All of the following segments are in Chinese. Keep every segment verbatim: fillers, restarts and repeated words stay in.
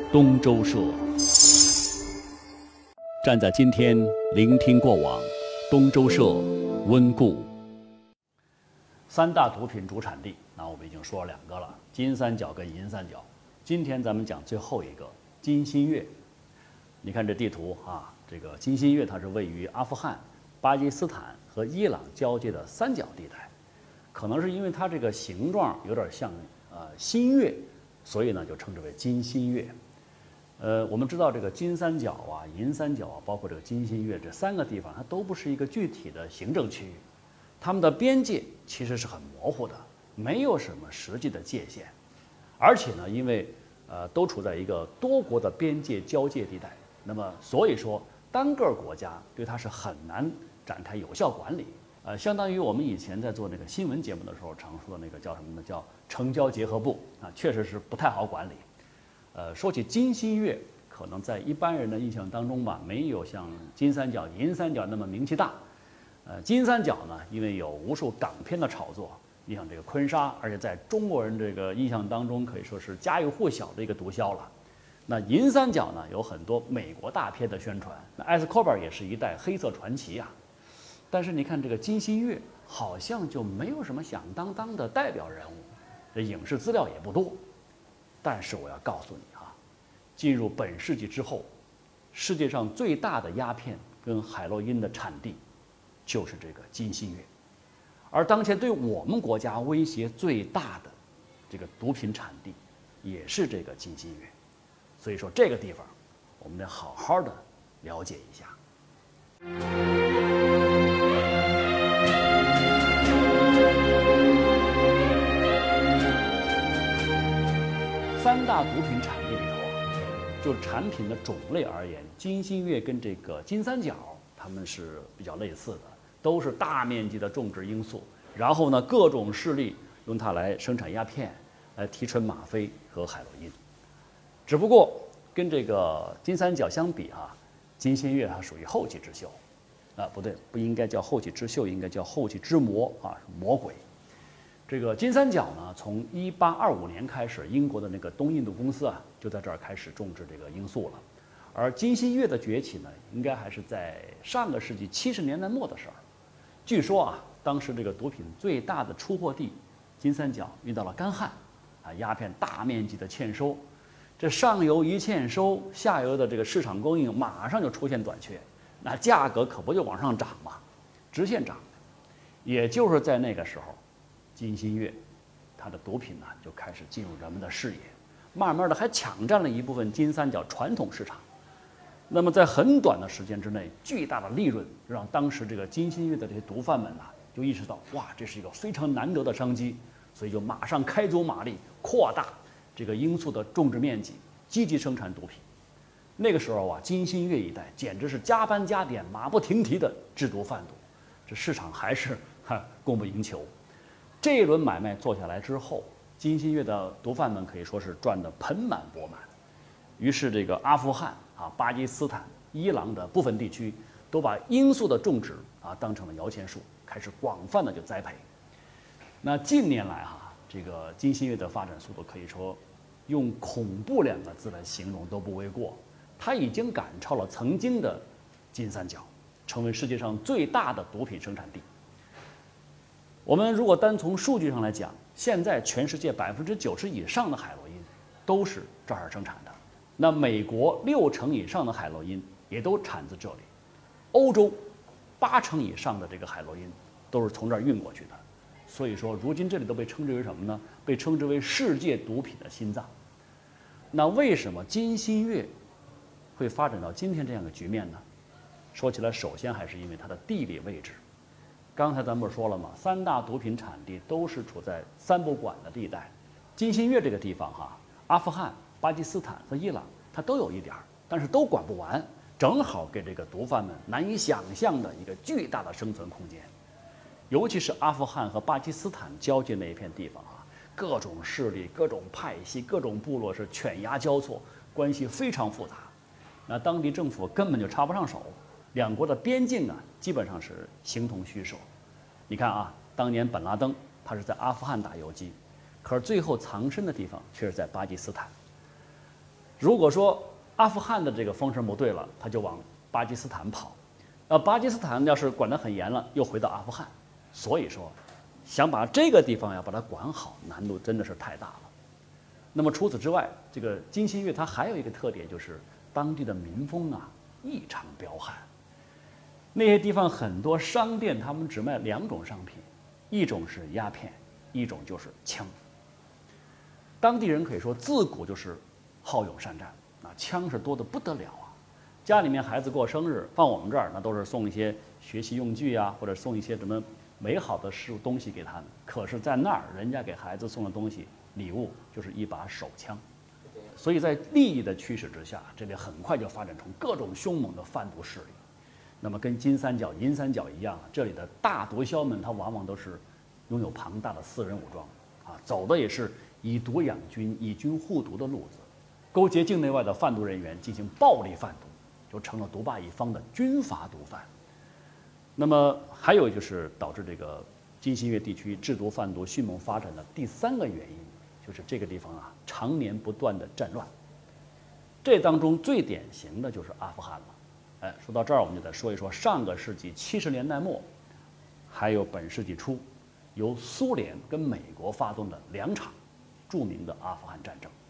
东周社。站在今天，聆听过往，东周社温故。三大毒品主产地，那我们已经说了两个了，金三角跟银三角。今天咱们讲最后一个金新月。你看这地图啊，这个金新月它是位于阿富汗、巴基斯坦和伊朗交界的三角地带，可能是因为它这个形状有点像呃新月，所以呢就称之为金新月。呃，我们知道这个金三角啊、银三角啊，包括这个金新月这三个地方，它都不是一个具体的行政区域，它们的边界其实是很模糊的，没有什么实际的界限。而且呢，因为呃都处在一个多国的边界交界地带，那么所以说单个国家对它是很难展开有效管理。呃，相当于我们以前在做那个新闻节目的时候常说的那个叫什么呢？叫城郊结合部啊，确实是不太好管理。呃，说起金新月，可能在一般人的印象当中吧，没有像金三角、银三角那么名气大。呃，金三角呢，因为有无数港片的炒作，你像这个昆沙，而且在中国人这个印象当中，可以说是家喻户晓的一个毒枭了。那银三角呢，有很多美国大片的宣传，那艾斯科巴也是一代黑色传奇啊。但是你看这个金新月，好像就没有什么响当当的代表人物，这影视资料也不多。但是我要告诉你啊，进入本世纪之后，世界上最大的鸦片跟海洛因的产地就是这个金新月，而当前对我们国家威胁最大的这个毒品产地也是这个金新月，所以说这个地方我们得好好的了解一下。三大毒品产地里头啊，就产品的种类而言，金新月跟这个金三角它们是比较类似的，都是大面积的种植罂粟，然后呢，各种势力用它来生产鸦片，来提纯吗啡和海洛因。只不过跟这个金三角相比啊，金新月它属于后起之秀，啊不对，不应该叫后起之秀，应该叫后起之魔啊，魔鬼。这个金三角呢，从一八二五年开始，英国的那个东印度公司啊，就在这儿开始种植这个罂粟了。而金新月的崛起呢，应该还是在上个世纪七十年代末的事儿。据说啊，当时这个毒品最大的出货地金三角遇到了干旱，啊，鸦片大面积的欠收，这上游一欠收，下游的这个市场供应马上就出现短缺，那价格可不就往上涨嘛，直线涨。也就是在那个时候，金新月，它的毒品呢就开始进入人们的视野，慢慢的还抢占了一部分金三角传统市场。那么在很短的时间之内，巨大的利润让当时这个金新月的这些毒贩们呐、啊，就意识到，哇，这是一个非常难得的商机，所以就马上开足马力扩大这个罂粟的种植面积，积极生产毒品。那个时候啊，金新月一带简直是加班加点、马不停蹄的制毒贩毒，这市场还是哈供不应求。这一轮买卖做下来之后，金新月的毒贩们可以说是赚得盆满钵满。于是，这个阿富汗啊、巴基斯坦、伊朗的部分地区都把罂粟的种植啊当成了摇钱树，开始广泛的就栽培。那近年来哈、啊，这个金新月的发展速度可以说用恐怖两个字来形容都不为过。它已经赶超了曾经的金三角，成为世界上最大的毒品生产地。我们如果单从数据上来讲，现在全世界百分之九十以上的海洛因都是这儿生产的。那美国六成以上的海洛因也都产自这里，欧洲八成以上的这个海洛因都是从这儿运过去的。所以说，如今这里都被称之为什么呢？被称之为世界毒品的心脏。那为什么金新月会发展到今天这样的局面呢？说起来，首先还是因为它的地理位置。刚才咱们不是说了吗？三大毒品产地都是处在三不管的地带。金新月这个地方哈，阿富汗、巴基斯坦和伊朗它都有一点儿，但是都管不完，正好给这个毒贩们难以想象的一个巨大的生存空间。尤其是阿富汗和巴基斯坦交界那一片地方啊，各种势力、各种派系、各种部落是犬牙交错，关系非常复杂。那当地政府根本就插不上手，两国的边境啊，基本上是形同虚设。你看啊，当年本拉登他是在阿富汗打游击，可是最后藏身的地方却是在巴基斯坦。 如果说阿富汗的这个风声不对了，他就往巴基斯坦跑，呃，巴基斯坦要是管得很严了，又回到阿富汗。所以说，想把这个地方要把它管好，难度真的是太大了。那么除此之外，这个金新月它还有一个特点，就是当地的民风啊异常彪悍。那些地方很多商店，他们只卖两种商品，一种是鸦片，一种就是枪。当地人可以说自古就是好勇善战，啊，枪是多得不得了啊。家里面孩子过生日，放我们这儿那都是送一些学习用具啊，或者送一些什么美好的事物东西给他们。可是，在那儿人家给孩子送的东西礼物就是一把手枪。所以在利益的驱使之下，这里很快就发展成各种凶猛的贩毒势力。那么跟金三角、银三角一样，这里的大毒枭们，他往往都是拥有庞大的私人武装，啊，走的也是以毒养军、以军护毒的路子，勾结境内外的贩毒人员进行暴力贩毒，就成了独霸一方的军阀毒贩。那么还有就是导致这个金新月地区制毒贩毒迅猛发展的第三个原因，就是这个地方啊常年不断的战乱。这当中最典型的就是阿富汗了。哎，说到这儿，我们就得说一说上个世纪七十年代末，还有本世纪初，由苏联跟美国发动的两场著名的阿富汗战争。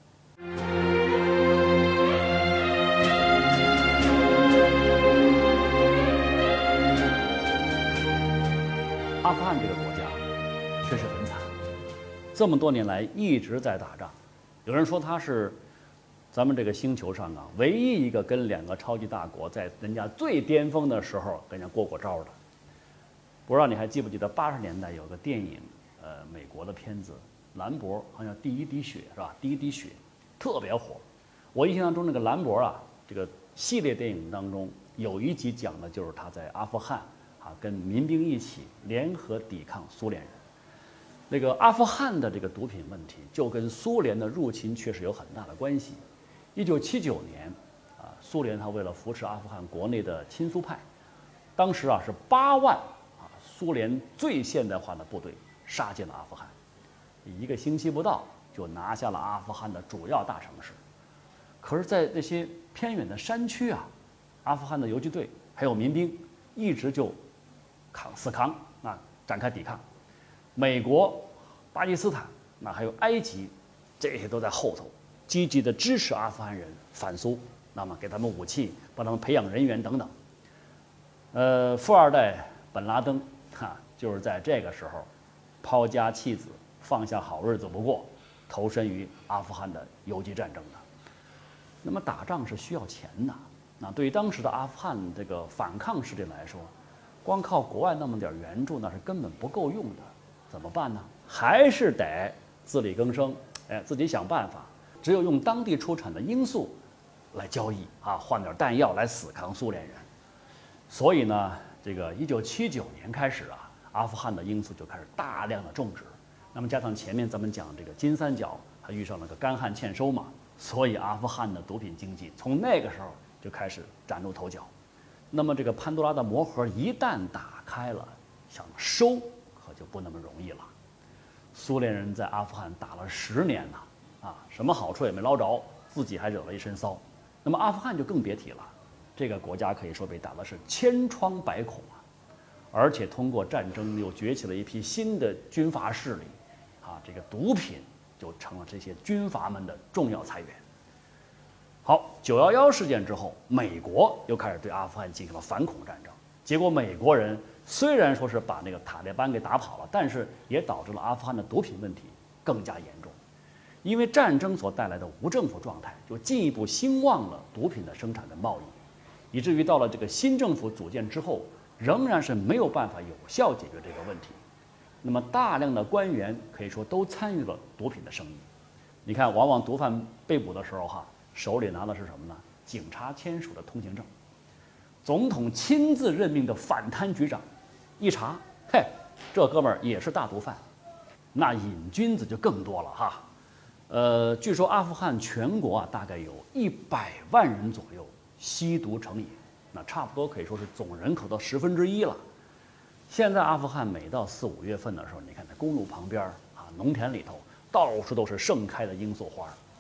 阿富汗这个国家确实很惨，这么多年来一直在打仗。有人说它是咱们这个星球上啊，唯一一个跟两个超级大国在人家最巅峰的时候跟人家过过招的。不知道你还记不记得八十年代有个电影，呃，美国的片子《兰博》，好像第一滴血是吧？第一滴血特别火。我印象当中那个兰博啊，这个系列电影当中有一集讲的就是他在阿富汗啊跟民兵一起联合抵抗苏联人。那个阿富汗的这个毒品问题，就跟苏联的入侵确实有很大的关系。一九七九年，啊，苏联他为了扶持阿富汗国内的亲苏派，当时啊是八万啊苏联最现代化的部队杀进了阿富汗，一个星期不到就拿下了阿富汗的主要大城市。可是，在那些偏远的山区啊，阿富汗的游击队还有民兵一直就扛死扛啊，展开抵抗。美国、巴基斯坦，那还有埃及，这些都在后头积极的支持阿富汗人反苏，那么给他们武器，帮他们培养人员等等。呃，富二代本拉登，哈，就是在这个时候抛家弃子，放下好日子不过，投身于阿富汗的游击战争的。那么打仗是需要钱的，那对于当时的阿富汗这个反抗势力来说，光靠国外那么点援助那是根本不够用的。怎么办呢？还是得自力更生，哎，自己想办法。只有用当地出产的罂粟来交易啊，换点弹药来死扛苏联人。所以呢，这个一九七九年开始啊，阿富汗的罂粟就开始大量的种植。那么加上前面咱们讲这个金三角，它遇上了个干旱欠收嘛，所以阿富汗的毒品经济从那个时候就开始崭露头角。那么这个潘多拉的魔盒一旦打开了，想收可就不那么容易了。苏联人在阿富汗打了十年呐。啊，什么好处也没捞着，自己还惹了一身骚。那么阿富汗就更别提了，这个国家可以说被打的是千疮百孔啊，而且通过战争又崛起了一批新的军阀势力，啊，这个毒品就成了这些军阀们的重要财源。好，九幺幺事件之后，美国又开始对阿富汗进行了反恐战争，结果美国人虽然说是把那个塔利班给打跑了，但是也导致了阿富汗的毒品问题更加严重。因为战争所带来的无政府状态，就进一步兴旺了毒品的生产跟贸易，以至于到了这个新政府组建之后，仍然是没有办法有效解决这个问题。那么大量的官员可以说都参与了毒品的生意。你看，往往毒贩被捕的时候哈，手里拿的是什么呢？警察签署的通行证。总统亲自任命的反贪局长，一查，嘿，这哥们儿也是大毒贩，那瘾君子就更多了哈。呃，据说阿富汗全国啊，大概有一百万人左右吸毒成瘾，那差不多可以说是总人口的十分之一了。现在阿富汗每到四五月份的时候，你看在公路旁边啊，农田里头到处都是盛开的罂粟花，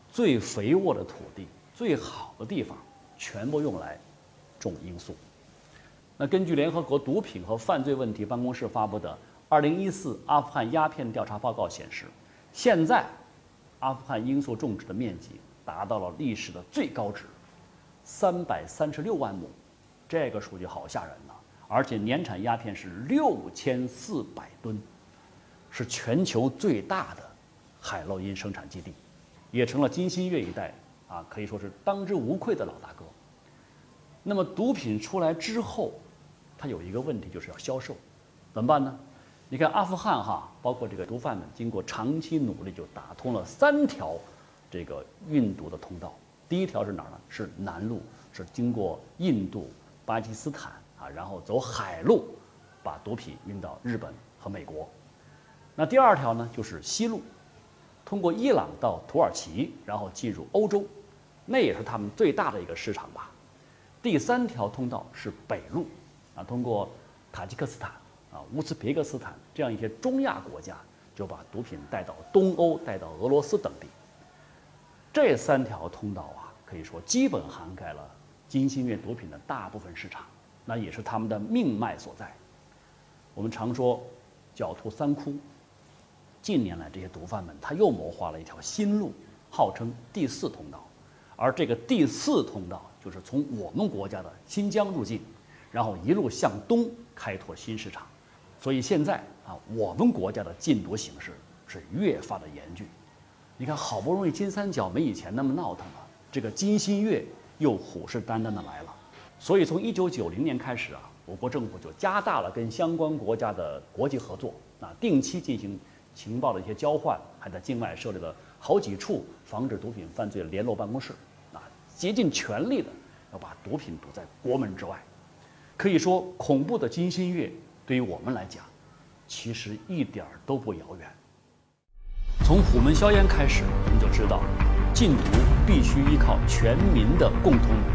最肥沃的土地、最好的地方，全部用来种罂粟。那根据联合国毒品和犯罪问题办公室发布的二零一四阿富汗鸦片调查报告显示，现在阿富汗罂粟种植的面积达到了历史的最高值，三百三十六万亩，这个数据好吓人呐！而且年产鸦片是六千四百吨，是全球最大的海洛因生产基地，也成了金新月一带啊可以说是当之无愧的老大哥。那么毒品出来之后，它有一个问题，就是要销售，怎么办呢？你看阿富汗哈，包括这个毒贩们经过长期努力，就打通了三条这个运毒的通道。第一条是哪儿呢？是南路，是经过印度、巴基斯坦啊，然后走海路，把毒品运到日本和美国。那第二条呢，就是西路，通过伊朗到土耳其，然后进入欧洲，那也是他们最大的一个市场吧。第三条通道是北路，啊，通过塔吉克斯坦、啊乌兹别克斯坦这样一些中亚国家，就把毒品带到东欧、带到俄罗斯等地。这三条通道啊，可以说基本涵盖了金新月毒品的大部分市场，那也是他们的命脉所在。我们常说狡兔三窟，近年来这些毒贩们他又谋划了一条新路，号称第四通道，而这个第四通道就是从我们国家的新疆入境，然后一路向东开拓新市场。所以现在啊，我们国家的禁毒形势是越发的严峻。你看，好不容易金三角没以前那么闹腾了，这个金新月又虎视眈眈的来了。所以从一九九零年开始啊，我国政府就加大了跟相关国家的国际合作，啊，定期进行情报的一些交换，还在境外设立了好几处防止毒品犯罪联络办公室，啊，竭尽全力的要把毒品堵在国门之外。可以说，恐怖的金新月对于我们来讲，其实一点儿都不遥远。从虎门销烟开始，我们就知道，禁毒必须依靠全民的共同努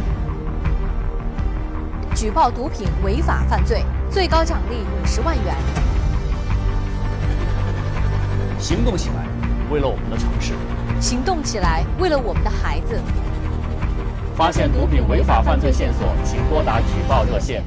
力。举报毒品违法犯罪，最高奖励五十万元。 行动起来，为了我们的城市； 行动起来，为了我们的孩子。 发现毒品违法犯罪线索，请拨打举报热线。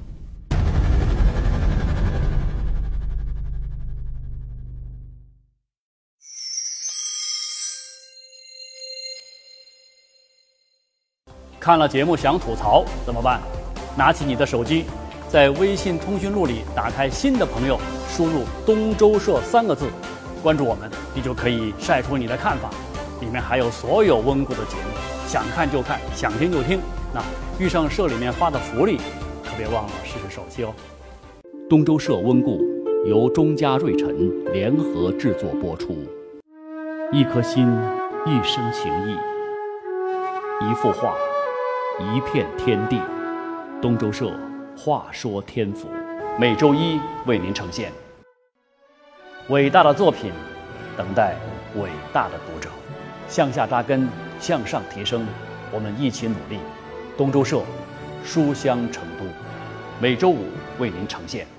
看了节目想吐槽怎么办？拿起你的手机，在微信通讯录里打开新的朋友，输入东周社三个字，关注我们，你就可以晒出你的看法。里面还有所有温故的节目，想看就看，想听就听。那遇上社里面发的福利，可别忘了试试手气哦。东周社温故由中嘉瑞辰联合制作播出。一颗心，一生情谊，一幅画，一片天地。东周社话说天府，每周一为您呈现。伟大的作品，等待伟大的读者。向下扎根，向上提升，我们一起努力。东周社，书香成都，每周五为您呈现。